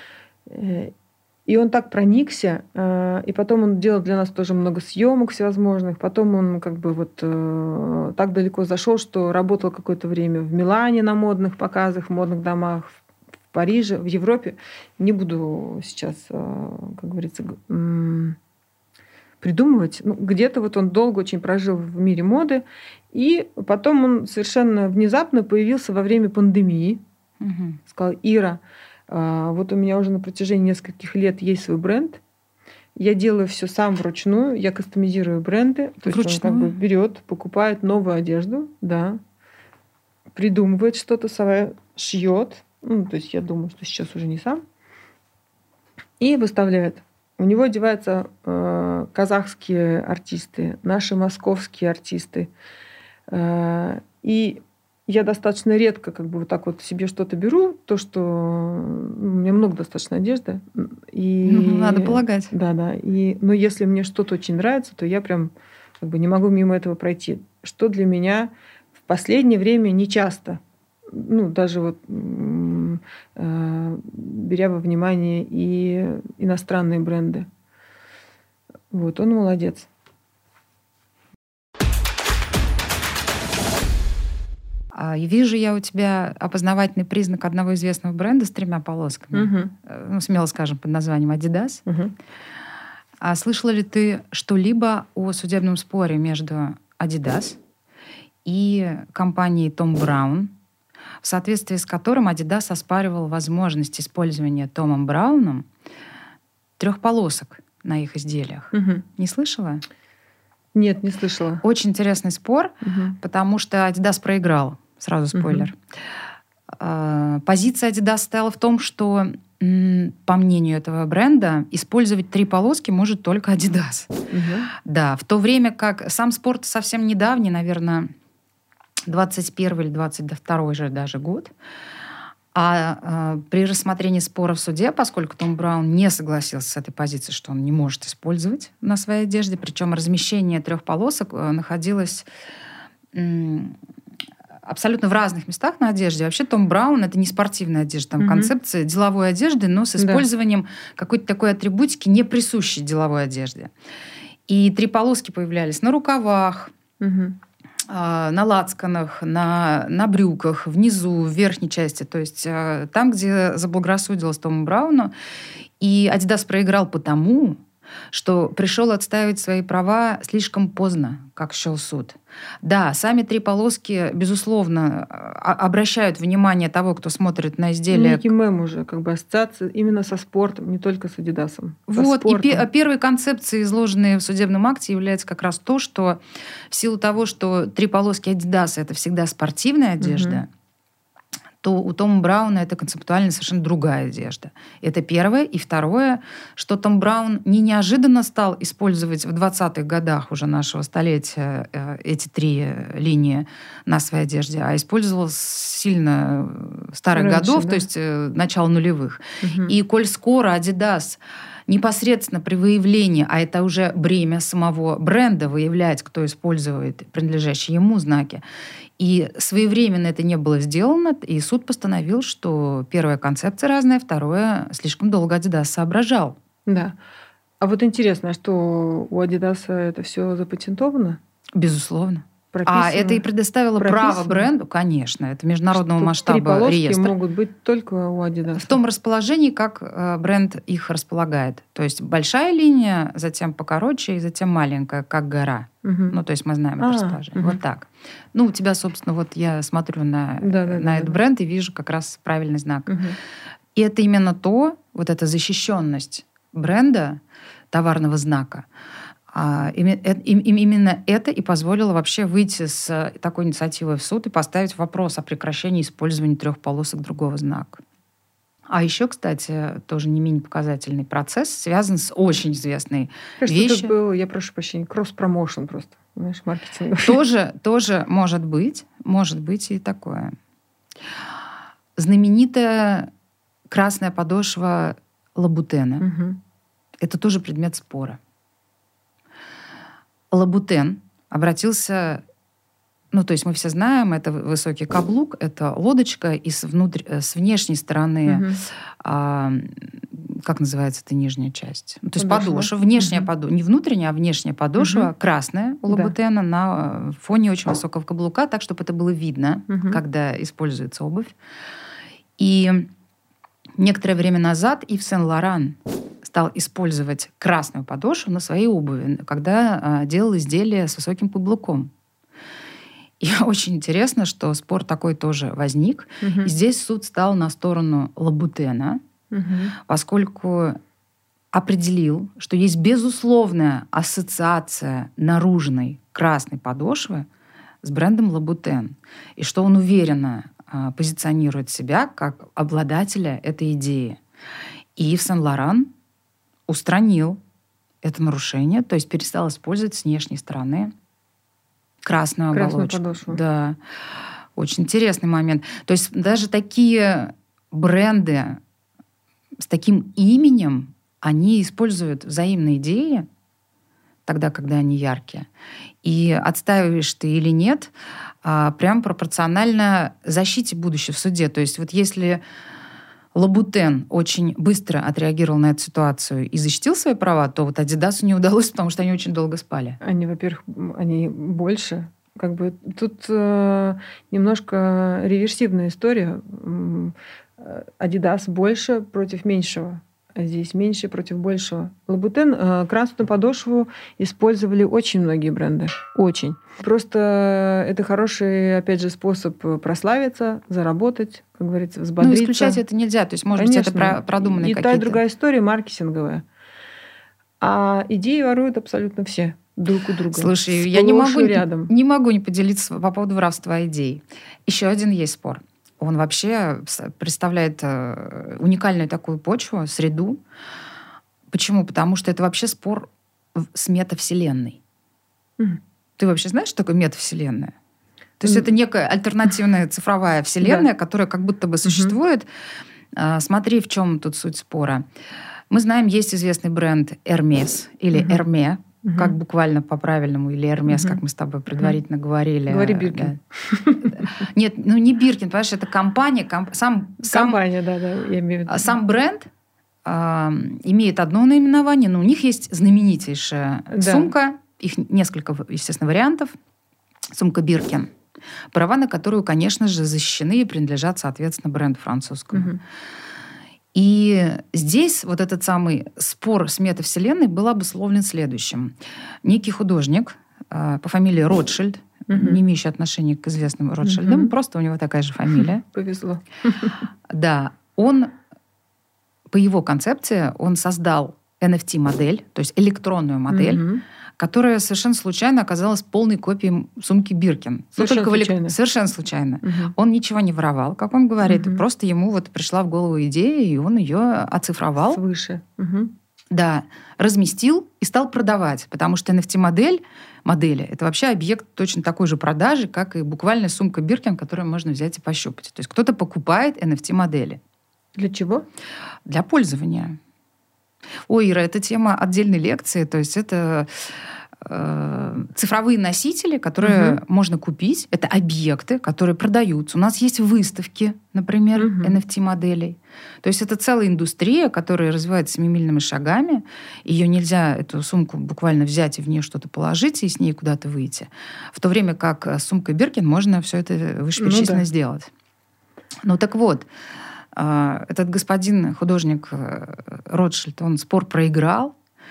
И он так проникся, и потом он делал для нас тоже много съемок всевозможных. Потом он так далеко зашел, что работал какое-то время в Милане на модных показах, в модных домах, в Париже, в Европе. Не буду сейчас, как говорится, придумывать. Ну, где-то вот он долго очень прожил в мире моды, и потом он совершенно внезапно появился во время пандемии. Сказал: Ира, вот у меня уже на протяжении нескольких лет есть свой бренд. Я делаю все сам вручную, я кастомизирую бренды. То есть он как бы берет, покупает новую одежду, да, придумывает что-то свое, шьет. Ну, то есть я думаю, что сейчас уже не сам. И выставляет. У него одеваются казахские артисты, наши московские артисты. И я достаточно редко как бы вот так вот себе что-то беру, то, что у меня много достаточно одежды. И надо полагать. Да. Но если мне что-то очень нравится, то я прям как бы не могу мимо этого пройти. Что для меня в последнее время не часто. Ну, даже вот беря во внимание и иностранные бренды. Вот, он молодец. Вижу я у тебя опознавательный признак одного известного бренда с 3 полосками. Ну, смело скажем, под названием Adidas. А слышала ли ты что-либо о судебном споре между Adidas и компанией Том Браун, в соответствии с которым Adidas оспаривал возможность использования Томом Брауном 3 полосок на их изделиях? Не слышала? Нет, не слышала. Очень интересный спор, потому что Adidas проиграл. Сразу спойлер. Позиция Adidas стояла в том, что, по мнению этого бренда, использовать 3 полоски может только Adidas. Да, в то время как сам спор совсем недавний, наверное, 21 или 22 же даже год. При рассмотрении спора в суде, поскольку Том Браун не согласился с этой позицией, что он не может использовать на своей одежде, причем размещение 3 полосок находилось абсолютно в разных местах на одежде. Вообще Том Браун — это не спортивная одежда, там концепция деловой одежды, но с использованием какой-то такой атрибутики, не присущей деловой одежде. И 3 полоски появлялись на рукавах, на лацканах, на брюках, внизу, в верхней части. То есть там, где заблагорассудилось Тому Брауну. И Adidas проиграл потому, что пришел отстаивать свои права слишком поздно, как счел суд. Да, сами 3 полоски, безусловно, обращают внимание того, кто смотрит на изделие. Некий мем уже, как бы ассоциация именно со спортом, не только с Адидасом. Вот, и первой концепцией, изложенной в судебном акте, является как раз то, что в силу того, что 3 полоски Адидаса — это всегда спортивная одежда, то у Тома Брауна это концептуально совершенно другая одежда. Это первое. И второе, что Том Браун не неожиданно стал использовать в 20-х годах уже нашего столетия эти 3 линии на своей одежде, а использовал сильно старых годов, да? То есть начала нулевых. И коль скоро Adidas непосредственно при выявлении, а это уже бремя самого бренда выявлять, кто использует принадлежащие ему знаки, и своевременно это не было сделано, и суд постановил, что первая концепция разная, второе слишком долго Adidas соображал. Да. А вот интересно, что у Adidas это все запатентовано? Безусловно. Это и предоставило право бренду, конечно, это международного масштаба 3 полоски реестр. Могут быть только у Adidas. В том расположении, как бренд их располагает. То есть большая линия, затем покороче, и затем маленькая, как гора. Ну, то есть мы знаем это расположение. Вот так. Ну, у тебя, собственно, вот я смотрю на этот бренд и вижу как раз правильный знак. И это именно то, вот эта защищенность бренда, товарного знака, именно это и позволило вообще выйти с такой инициативой в суд и поставить вопрос о прекращении использования 3 полосок другого знака. А еще, кстати, тоже не менее показательный процесс связан с очень известной вещью. Это был, я прошу прощения, кросс-промоушен просто, знаешь, маркетинг. Тоже может быть и такое. Знаменитая красная подошва Лабутена. Это тоже предмет спора. Лабутен обратился, ну, то есть мы все знаем, это высокий каблук, это лодочка, и с внешней стороны, как называется эта нижняя часть? Ну, то есть подошва, внешняя подошва, не внутренняя, а внешняя подошва, красная у Лабутена на фоне очень высокого каблука, так, чтобы это было видно, когда используется обувь. И некоторое время назад Ив Сен-Лоран стал использовать красную подошву на своей обуви, когда делал изделия с высоким каблуком. И очень интересно, что спор такой тоже возник. И здесь суд стал на сторону Лабутена, поскольку определил, что есть безусловная ассоциация наружной красной подошвы с брендом Лабутен. И что он уверенно позиционирует себя как обладателя этой идеи. И Ив Сен-Лоран устранил это нарушение, то есть перестал использовать с внешней стороны красную оболочку. Подошву. Да. Очень интересный момент. То есть даже такие бренды с таким именем, они используют взаимные идеи, тогда, когда они яркие. И отстаиваешь ты или нет, прям пропорционально защите будущего в суде. То есть вот если Лабутен очень быстро отреагировал на эту ситуацию и защитил свои права, то вот Адидасу не удалось, потому что они очень долго спали. Они, во-первых, они больше. Как бы тут немножко реверсивная история. Адидас больше против меньшего. А здесь меньше против большего. Лабутен красную подошву использовали очень многие бренды. Очень. Просто это хороший, опять же, способ прославиться, заработать, как говорится, взбодриться. Ну, исключать это нельзя. То есть, может Конечно. быть, это продуманные какие-то... И та, и другая история маркетинговая. А идеи воруют абсолютно все друг у друга. Слушай, я не могу не поделиться по поводу воровства идей. Еще один есть спор. Он вообще представляет уникальную такую почву, среду. Почему? Потому что это вообще спор с метавселенной. Ты вообще знаешь, что такое метавселенная? То есть это некая альтернативная цифровая вселенная, которая как будто бы существует. Смотри, в чем тут суть спора. Мы знаем, есть известный бренд Hermès или Hermès, как буквально по-правильному, или Hermès, как мы с тобой предварительно говорили. Говори Биркин. Да. Нет, ну не Биркин, понимаешь, это компания. Компания, да, я имею в виду. Сам бренд имеет одно наименование, но у них есть знаменитейшая сумка, их несколько, естественно, вариантов. Сумка Биркин, права на которую, конечно же, защищены и принадлежат, соответственно, бренду французскому. И здесь вот этот самый спор с метавселенной был обусловлен следующим. Некий художник по фамилии Ротшильд, не имеющий отношения к известным Ротшильдам, просто у него такая же фамилия. Повезло. Да, он, по его концепции, он создал NFT-модель, то есть электронную модель, которая совершенно случайно оказалась полной копией сумки Биркин. Совершенно случайно. Он ничего не воровал, как он говорит. Просто ему вот пришла в голову идея, и он ее оцифровал. Свыше. Да, разместил и стал продавать. Потому что NFT-модели — это вообще объект точно такой же продажи, как и буквально сумка Биркин, которую можно взять и пощупать. То есть кто-то покупает NFT-модели. Для чего? Для пользования. Ой, Ира, это тема отдельной лекции. То есть это цифровые носители, которые можно купить. Это объекты, которые продаются. У нас есть выставки, например, NFT-моделей. То есть это целая индустрия, которая развивается семимильными шагами. Ее нельзя, эту сумку, буквально взять и в нее что-то положить и с ней куда-то выйти. В то время как с сумкой Биркин можно все это вышеперечисленно сделать. Ну так вот, этот господин, художник Ротшильд, он спор проиграл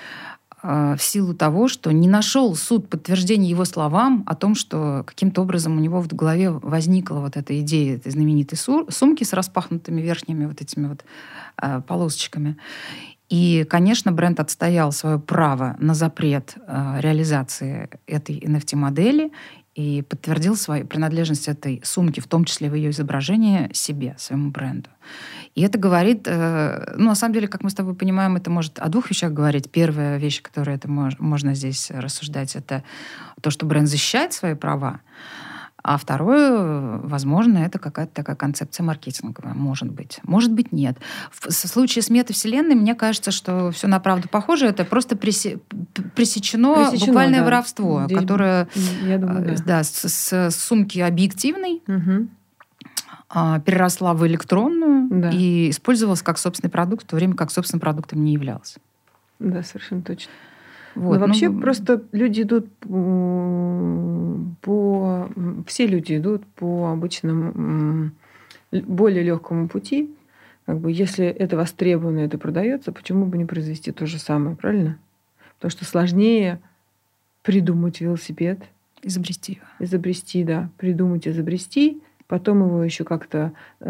в силу того, что не нашел суд подтверждения его словам о том, что каким-то образом у него в голове возникла вот эта идея этой знаменитой сумки с распахнутыми верхними вот этими вот полосочками. И, конечно, бренд отстоял свое право на запрет реализации этой NFT-модели и подтвердил свою принадлежность этой сумки, в том числе в ее изображении, себе, своему бренду. И это говорит, на самом деле, как мы с тобой понимаем, это может о двух вещах говорить. Первая вещь, которую это можно здесь рассуждать, это то, что бренд защищает свои права. А второе, возможно, это какая-то такая концепция маркетинговая. Может быть. Может быть, нет. В случае с метавселенной, мне кажется, что все на правду похоже. Это просто пресечено буквальное воровство, здесь, которое я думаю, с сумки объективной переросла в электронную и использовалась как собственный продукт, в то время как собственным продуктом не являлась. Да, совершенно точно. Вот. Но вообще просто люди идут все люди идут по обычному, более легкому пути. Как бы, если это востребовано, это продается, почему бы не произвести то же самое, правильно? Потому что сложнее придумать велосипед, Изобрести его. изобрести, да, придумать, изобрести, потом его еще как-то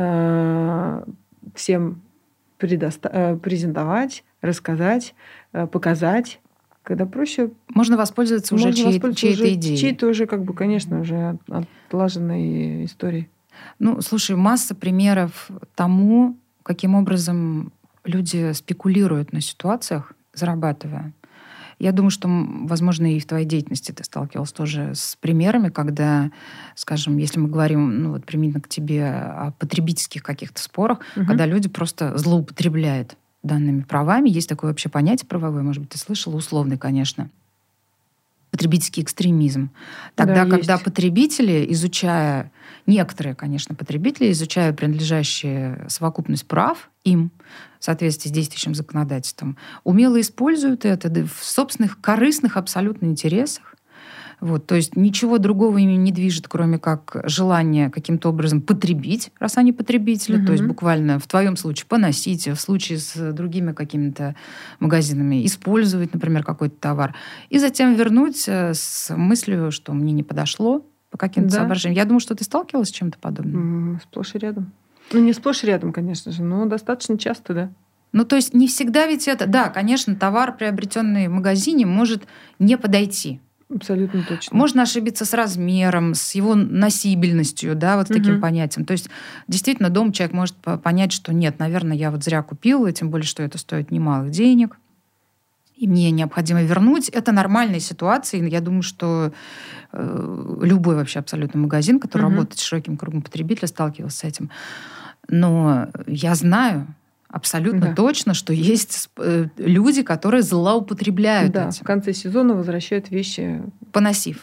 всем презентовать, рассказать, показать. Когда проще, Можно воспользоваться уже чьей-то идеей. Чьей-то уже, как бы, конечно, уже отлаженной историей. Ну, слушай, масса примеров тому, каким образом люди спекулируют на ситуациях, зарабатывая. Я думаю, что, возможно, и в твоей деятельности ты сталкивалась тоже с примерами, когда, скажем, если мы говорим, ну, вот применительно к тебе о потребительских каких-то спорах, когда люди просто злоупотребляют данными правами. Есть такое вообще понятие правовое, может быть, ты слышала, условный, конечно. Потребительский экстремизм. Тогда, Да, когда есть. потребители, изучая, некоторые, конечно, потребители, изучая принадлежащие совокупность прав им в соответствии с действующим законодательством, умело используют это в собственных корыстных абсолютно интересах. Вот, то есть ничего другого ими не движет, кроме как желание каким-то образом потребить, раз они потребители, то есть буквально в твоем случае поносить, в случае с другими какими-то магазинами использовать, например, какой-то товар, и затем вернуть с мыслью, что мне не подошло по каким-то соображениям. Я думаю, что ты сталкивалась с чем-то подобным? Сплошь и рядом. Ну, не сплошь и рядом, конечно же, но достаточно часто, да. Ну, то есть не всегда ведь это... Да, конечно, товар, приобретенный в магазине, может не подойти. Абсолютно точно. Можно ошибиться с размером, с его носибельностью, да, вот с таким понятием. То есть действительно дома человек может понять, что нет, наверное, я вот зря купил, тем более, что это стоит немалых денег, и мне необходимо вернуть. Это нормальная ситуация. И я думаю, что любой вообще абсолютно магазин, который работает с широким кругом потребителя, сталкивался с этим. Но я знаю абсолютно точно, что есть люди, которые злоупотребляют этим. В конце сезона возвращают вещи, поносив.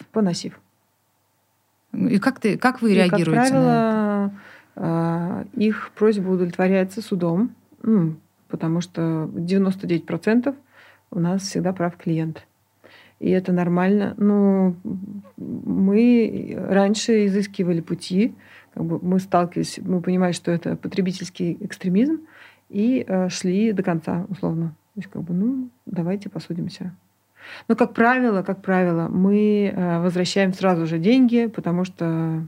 И как вы реагируете на это? Как правило, их просьба удовлетворяется судом, потому что 99% у нас всегда прав клиент. И это нормально. Но мы раньше изыскивали пути, как бы мы сталкивались, мы понимали, что это потребительский экстремизм, и шли до конца, условно. То есть, как бы, давайте посудимся. Но, как правило, мы возвращаем сразу же деньги, потому что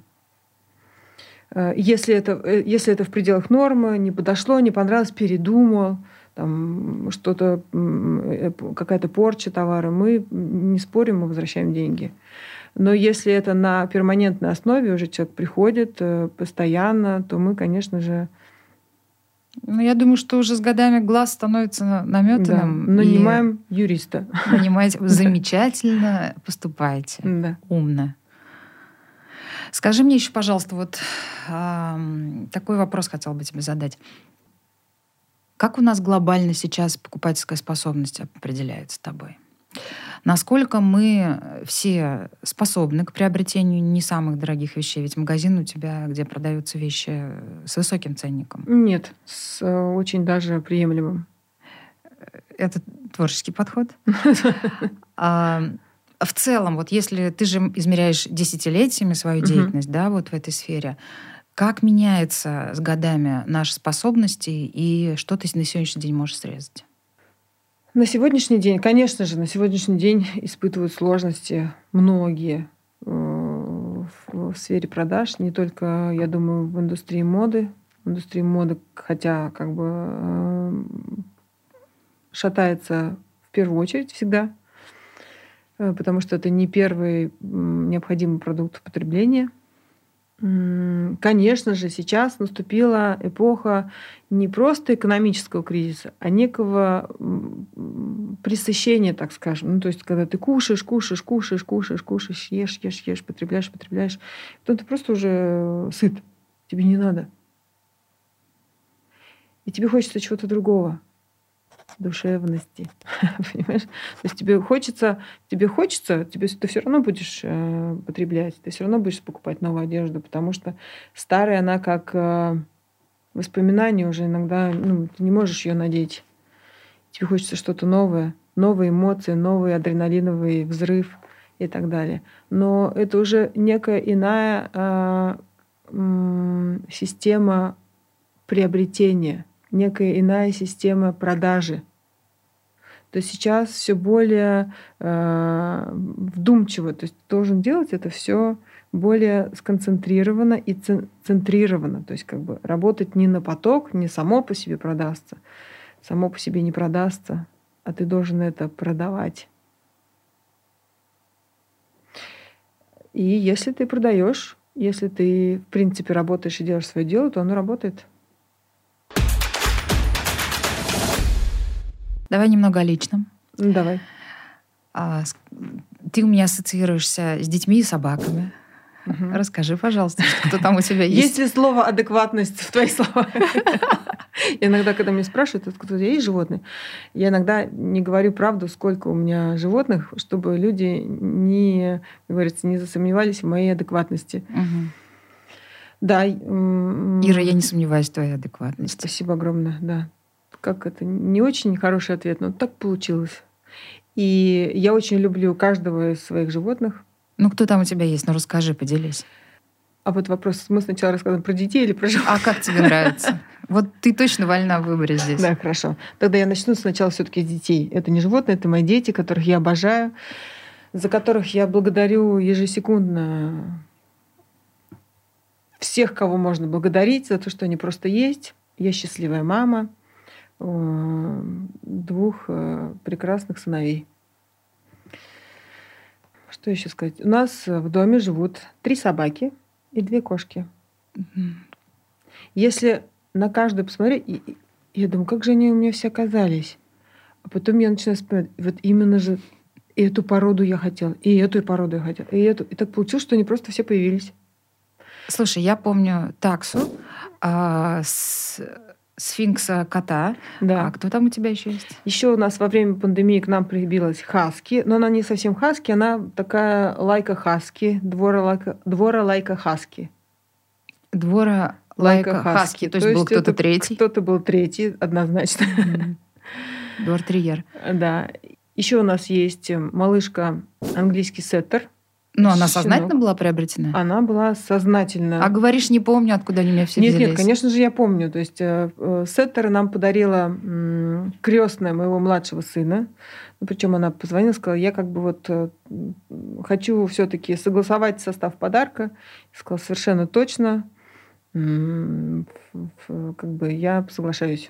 если это в пределах нормы, не подошло, не понравилось, передумал, там что-то, какая-то порча товара, мы не спорим, мы возвращаем деньги. Но если это на перманентной основе, уже человек приходит постоянно, то мы, конечно же... Ну, я думаю, что уже с годами глаз становится наметанным. Да, нанимаем юриста. Нанимаете, замечательно поступаете. Да. Умно. Скажи мне еще, пожалуйста, вот такой вопрос хотела бы тебе задать. Как у нас глобально сейчас покупательская способность определяется тобой? Насколько мы все способны к приобретению не самых дорогих вещей? Ведь магазин у тебя, где продаются вещи с высоким ценником. Нет, с очень даже приемлемым. Это творческий подход. В целом, вот если ты же измеряешь десятилетиями свою деятельность, да, вот в этой сфере, как меняется с годами наши способности и что ты на сегодняшний день можешь срезать? На сегодняшний день, конечно же, испытывают сложности многие в сфере продаж, не только, я думаю, в индустрии моды. В индустрии моды, хотя как бы шатается в первую очередь всегда, потому что это не первый необходимый продукт потребления. Конечно же, сейчас наступила эпоха не просто экономического кризиса, а некого пресыщения, так скажем. То есть, когда ты кушаешь, ешь, потребляешь, потом ты просто уже сыт, тебе не надо. И тебе хочется чего-то другого. Душевности. Понимаешь? То есть ты все равно будешь потреблять, ты все равно будешь покупать новую одежду, потому что старая, она как воспоминание уже иногда, ты не можешь ее надеть. Тебе хочется что-то новое, новые эмоции, новый адреналиновый взрыв и так далее. Но это уже некая иная система приобретения. некая иная система продажи. То есть сейчас все более вдумчиво. То есть ты должен делать это все более сконцентрированно и центрированно. То есть как бы работать не на поток, не само по себе продастся, само по себе не продастся, а ты должен это продавать. И если ты продаешь, если ты, в принципе, работаешь и делаешь свое дело, то оно работает. Давай немного о личном. Ну, давай. Ты у меня ассоциируешься с детьми и собаками. Угу. Расскажи, пожалуйста, кто там у тебя есть. Есть ли слово «адекватность» в твоих словах? Иногда, когда меня спрашивают, откуда у тебя есть животные, я иногда не говорю правду, сколько у меня животных, чтобы люди не, как говорится, не засомневались в моей адекватности. Угу. Да. Ира, я не сомневаюсь в твоей адекватности. Спасибо огромное, да. Как это? Не очень хороший ответ, но так получилось. И я очень люблю каждого из своих животных. Ну, кто там у тебя есть? Ну, расскажи, поделись. А вот вопрос, мы сначала рассказываем про детей или про животных? А как тебе нравится? Вот ты точно вольна в выборе здесь. Да, хорошо. Тогда я начну сначала все-таки с детей. Это не животные, это мои дети, которых я обожаю, за которых я благодарю ежесекундно всех, кого можно благодарить, за то, что они просто есть. Я счастливая мама 2 прекрасных сыновей. Что еще сказать? У нас в доме живут 3 собаки и 2 кошки. Если на каждую посмотреть, я думаю, как же они у меня все оказались. А потом я начинаю вспоминать, вот именно же эту породу я хотела, и эту породу я хотела, и эту. И так получилось, что они просто все появились. Слушай, я помню таксу, сфинкса кота. Да. А кто там у тебя еще есть? Еще у нас во время пандемии к нам прибилась хаски, но она не совсем хаски, она такая лайка хаски, двора лайка хаски. Двора лайка хаски. То есть был кто-то третий? Кто-то был третий, однозначно. Двор-терьер. Да. Еще у нас есть малышка английский сеттер. Ну, она сознательно была приобретена? Она была сознательно. А говоришь, не помню, откуда они у меня все взялись. Нет, конечно же, я помню. То есть сеттера нам подарила крестная моего младшего сына. Причем она позвонила, сказала, я как бы вот хочу все-таки согласовать состав подарка. Сказала, совершенно точно. Как бы я соглашаюсь.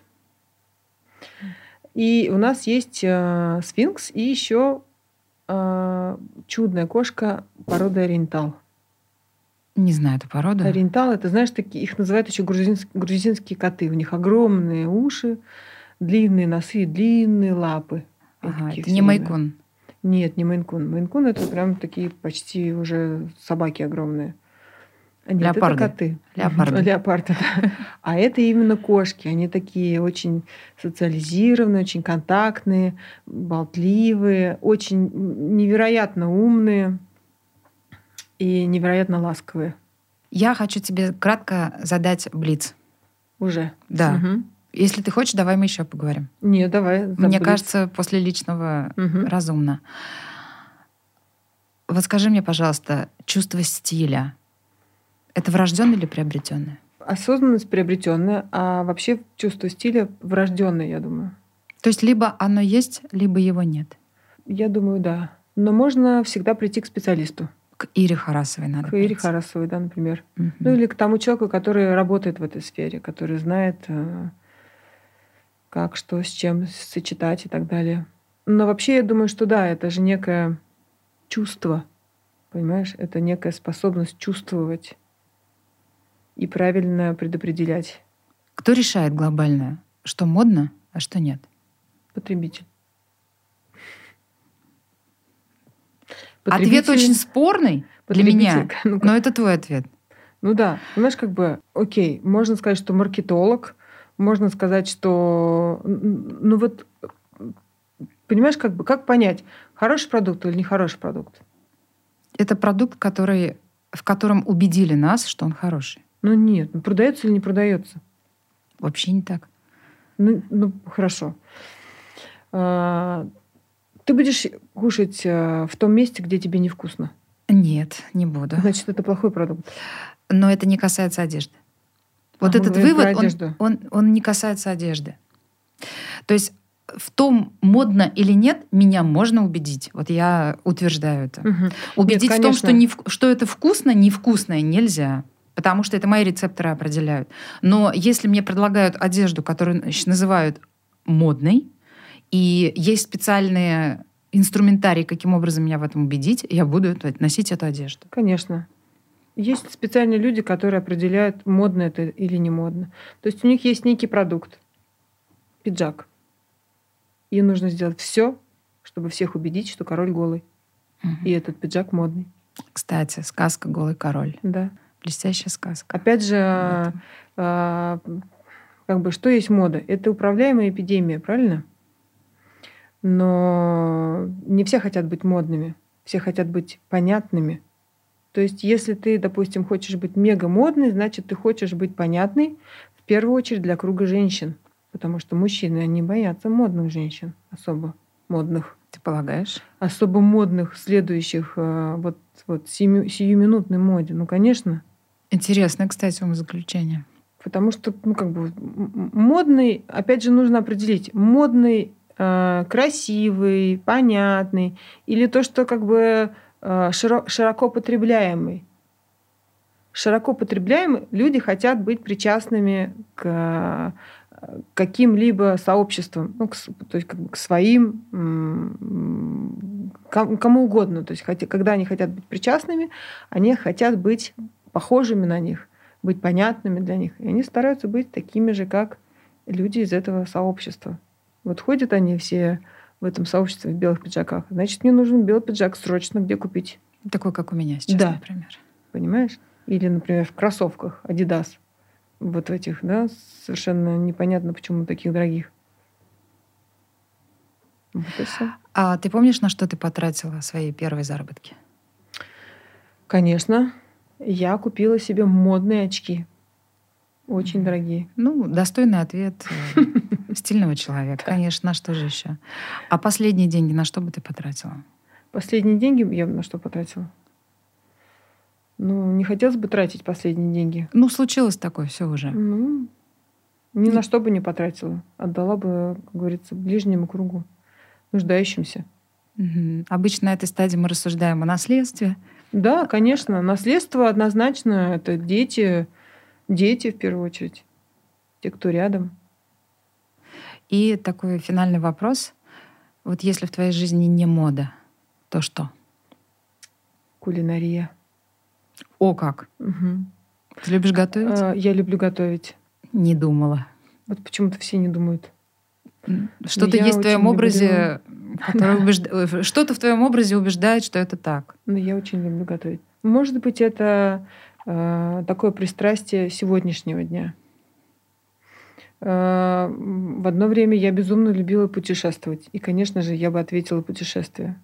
И у нас есть сфинкс и еще чудная кошка породы ориентал. Не знаю эту породу. Ориентал, это, знаешь, такие, их называют еще грузинские коты. У них огромные уши, длинные носы, длинные лапы. Ага, это не майкун. Нет, не мейн-кун. Мейн-кун — это прям такие почти уже собаки огромные. Нет, леопарды. Это коты. Леопарды, да. А это именно кошки. Они такие очень социализированные, очень контактные, болтливые, очень невероятно умные и невероятно ласковые. Я хочу тебе кратко задать блиц. Уже? Да. Угу. Если ты хочешь, давай мы еще поговорим. Нет, давай. Мне кажется, после личного разумно. Вот скажи мне, пожалуйста, чувство стиля — это врожденное или приобретенное? Осознанность приобретенная, а вообще чувство стиля врожденное, я думаю. То есть либо оно есть, либо его нет? Я думаю, да. Но можно всегда прийти к специалисту. К Ире Харасовой надо прийти. К Ире Харасовой, да, например. Ну или к тому человеку, который работает в этой сфере, который знает, как, что, с чем сочетать и так далее. Но вообще я думаю, что да, это же некое чувство, понимаешь? Это некая способность чувствовать и правильно предопределять. Кто решает глобально, что модно, а что нет? Потребитель. Ответ очень спорный для меня, но это твой ответ. Ну да, знаешь, как бы, окей, можно сказать, что маркетолог, можно сказать, что, ну вот, понимаешь, как бы, как понять, хороший продукт или нехороший продукт? Это продукт, в котором убедили нас, что он хороший. Ну нет, ну продается или не продается? Вообще не так. Ну хорошо. Ты будешь кушать в том месте, где тебе невкусно? Нет, не буду. Значит, это плохой продукт. Но это не касается одежды. Вот мы этот говорим про вывод, одежду. он не касается одежды. То есть в том, модно или нет, меня можно убедить. Вот я утверждаю это. Мгм. Убедить Нет, в том, что, конечно. что это вкусно, невкусное нельзя. Потому что это мои рецепторы определяют. Но если мне предлагают одежду, которую называют модной, и есть специальные инструментарии, каким образом меня в этом убедить, я буду носить эту одежду. Конечно. Есть специальные люди, которые определяют, модно это или не модно. То есть у них есть некий продукт, пиджак. И нужно сделать все, чтобы всех убедить, что король голый. И этот пиджак модный. Кстати, сказка «Голый король». Да. Блестящая сказка. Опять же, как бы, что есть мода? Это управляемая эпидемия, правильно? Но не все хотят быть модными. Все хотят быть понятными. То есть, если ты, допустим, хочешь быть мега модной, значит, ты хочешь быть понятной в первую очередь для круга женщин. Потому что мужчины, они боятся модных женщин, особо модных. Ты полагаешь? Особо модных, следующих сиюминутной моде. Ну, конечно. Интересное, кстати, умозаключение. Потому что, модный, опять же, нужно определить, модный, красивый, понятный, или то, что широко потребляемый. Широко потребляемый, люди хотят быть причастными к каким-либо сообществам, то есть к своим, кому угодно. То есть когда они хотят быть причастными, они хотят быть похожими на них, быть понятными для них. И они стараются быть такими же, как люди из этого сообщества. Вот ходят они все в этом сообществе в белых пиджаках. Значит, мне нужен белый пиджак срочно, где купить. Такой, как у меня сейчас, да. Например. Понимаешь? Или, например, в кроссовках Adidas. Вот в этих, да, совершенно непонятно, почему таких дорогих. Вот и все. А ты помнишь, на что ты потратила свои первые заработки? Конечно. Я купила себе модные очки. Очень дорогие. Ну, достойный ответ стильного человека. Конечно, на что же еще? А последние деньги на что бы ты потратила? Последние деньги я на что потратила? Ну, не хотелось бы тратить последние деньги. Ну, случилось такое, все уже. Ну, ни на что бы не потратила. Отдала бы, как говорится, ближнему кругу, нуждающимся. Угу. Обычно на этой стадии мы рассуждаем о наследстве. Да, конечно. Наследство однозначно это дети в первую очередь. Те, кто рядом. И такой финальный вопрос. Вот если в твоей жизни не мода, то что? Кулинария. О, как! Угу. Ты любишь готовить? Я люблю готовить. Не думала. Вот почему-то все не думают. Что-то есть в твоем образе, что-то в твоем образе убеждает, что это так. Но я очень люблю готовить. Может быть, это такое пристрастие сегодняшнего дня. В одно время я безумно любила путешествовать. И, конечно же, я бы ответила путешествие.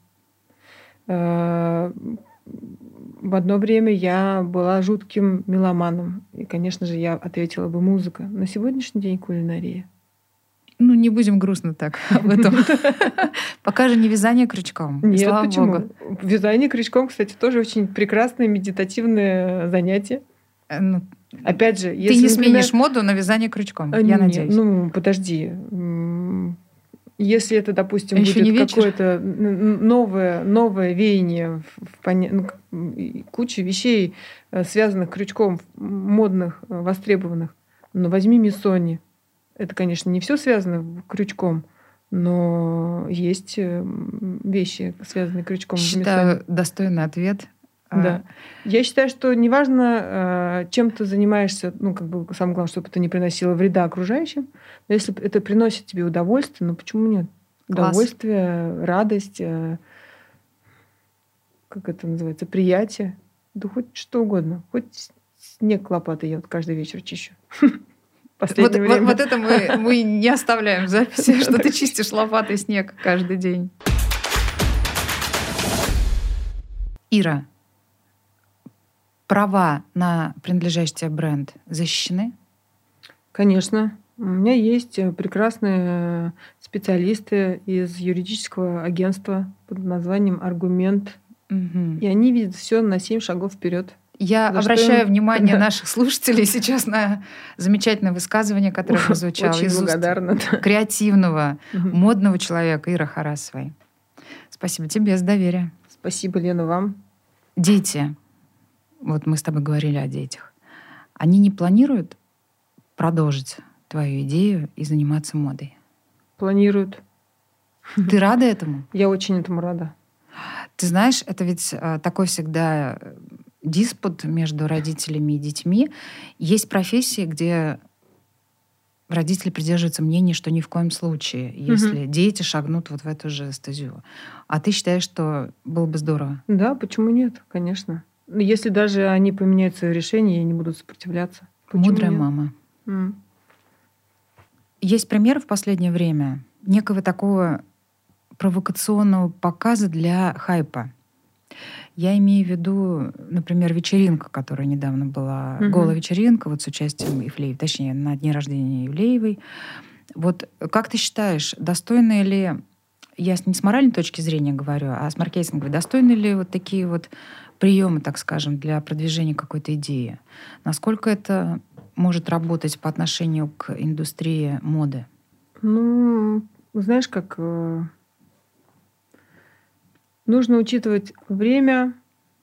В одно время я была жутким меломаном. И, конечно же, я ответила бы музыка. На сегодняшний день кулинария. Ну, не будем грустно так об этом. Пока же не вязание крючком. Нет, слава почему? Богу. Вязание крючком, кстати, тоже очень прекрасное медитативное занятие. Опять же, если, ты не сменишь моду на вязание крючком, я надеюсь. Ну, подожди. Если это, допустим, будет какое-то новое веяние, куча вещей, связанных крючком, модных, востребованных. Но возьми Миссони. Это, конечно, не все связано крючком, но есть вещи, связанные крючком. Считаю, достойный ответ. Да. Я считаю, что неважно, чем ты занимаешься, самое главное, чтобы это не приносило вреда окружающим. Но если это приносит тебе удовольствие, ну почему нет? Класс. Удовольствие, радость, как это называется, приятие. Да хоть что угодно. Хоть снег лопатой я каждый вечер чищу. Вот это мы не оставляем в записи, что ты чистишь лопатой снег каждый день. Ира, права на принадлежащий тебе бренд защищены? Конечно. У меня есть прекрасные специалисты из юридического агентства под названием «Аргумент». Угу. И они видят все на 7 шагов вперед. Я обращаю внимание наших слушателей сейчас на замечательное высказывание, которое прозвучало Очень из благодарна. уст креативного, модного человека Иры Харасовой. Спасибо тебе за доверие. Спасибо, Лена, вам. Дети. Вот мы с тобой говорили о детях. Они не планируют продолжить твою идею и заниматься модой? Планируют. Ты рада этому? Я очень этому рада. Ты знаешь, это ведь такой всегда диспут между родителями и детьми. Есть профессии, где родители придерживаются мнения, что ни в коем случае, если дети шагнут вот в эту же стезю. А ты считаешь, что было бы здорово? Да, почему нет, конечно. Если даже они поменяют свое решение, я не буду сопротивляться. Почему Мудрая нет? мама. Есть пример в последнее время некого такого провокационного показа для хайпа. Я имею в виду, например, вечеринка, которая недавно была, голая вечеринка, вот с участием Ивлеевой, точнее, на дне рождения Ивлеевой. Вот как ты считаешь, достойны ли, я не с моральной точки зрения говорю, а с маркетинговой, достойны ли вот такие вот приемы, так скажем, для продвижения какой-то идеи? Насколько это может работать по отношению к индустрии моды? Ну, знаешь, как нужно учитывать время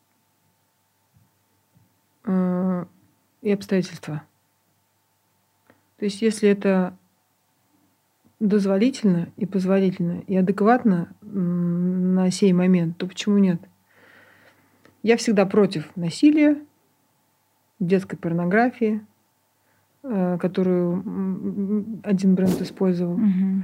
и обстоятельства. То есть, если это дозволительно и позволительно и адекватно на сей момент, то почему нет? Я всегда против насилия, детской порнографии, которую один бренд использовал,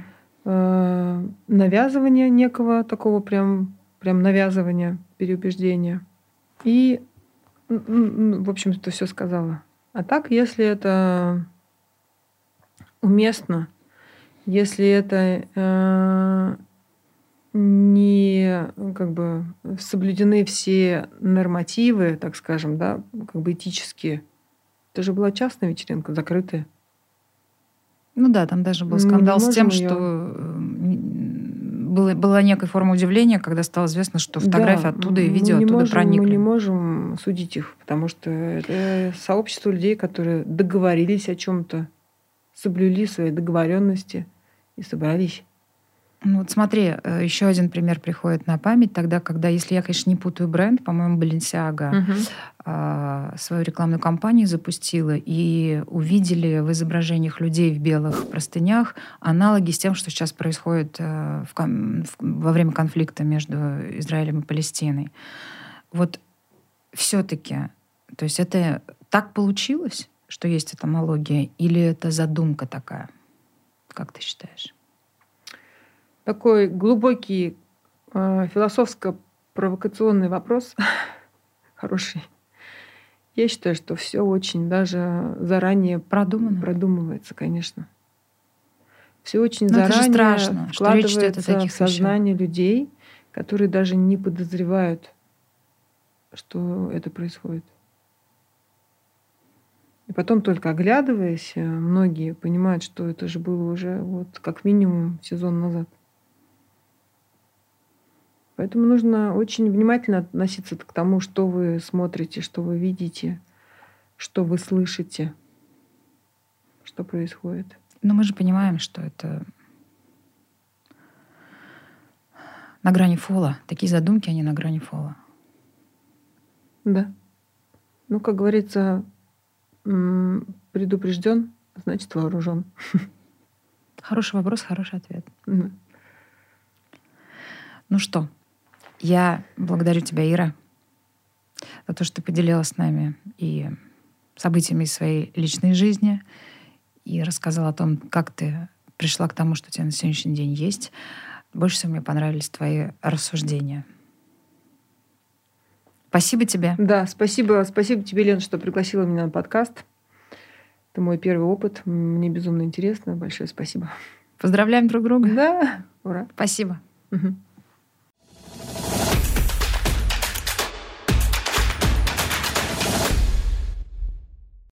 навязывания некого такого прям навязывания, переубеждения. И, в общем-то, все сказала. А так, если это уместно, если это не как бы соблюдены все нормативы, так скажем, да, как бы этические. Это же была частная вечеринка, закрытая. Ну да, там даже был скандал с тем, что была некая форма удивления, когда стало известно, что фотографии оттуда и видео оттуда проникли. Мы не можем судить их, потому что это сообщество людей, которые договорились о чем-то, соблюли свои договоренности и собрались. Ну вот смотри, еще один пример приходит на память тогда, когда, если я, конечно, не путаю бренд, по-моему, Balenciaga свою рекламную кампанию запустила, и увидели в изображениях людей в белых простынях аналоги с тем, что сейчас происходит во время конфликта между Израилем и Палестиной. Вот все-таки, то есть это так получилось, что есть эта аналогия, или это задумка такая? Как ты считаешь? Такой глубокий философско-провокационный вопрос. Хороший. Я считаю, что все очень даже заранее продумывается, конечно. Все очень заранее вкладывается в сознание людей, которые даже не подозревают, что это происходит. И потом, только оглядываясь, многие понимают, что это же было уже вот как минимум сезон назад. Поэтому нужно очень внимательно относиться к тому, что вы смотрите, что вы видите, что вы слышите, что происходит. Но мы же понимаем, что это на грани фола. Такие задумки, они на грани фола. Да. Ну, как говорится, предупрежден, значит вооружен. Хороший вопрос, хороший ответ. Ну что, я благодарю тебя, Ира, за то, что ты поделилась с нами и событиями из своей личной жизни и рассказала о том, как ты пришла к тому, что у тебя на сегодняшний день есть. Больше всего мне понравились твои рассуждения. Спасибо тебе. Да, спасибо тебе, Лен, что пригласила меня на подкаст. Это мой первый опыт. Мне безумно интересно. Большое спасибо. Поздравляем друг друга. Да, ура. Спасибо. Угу.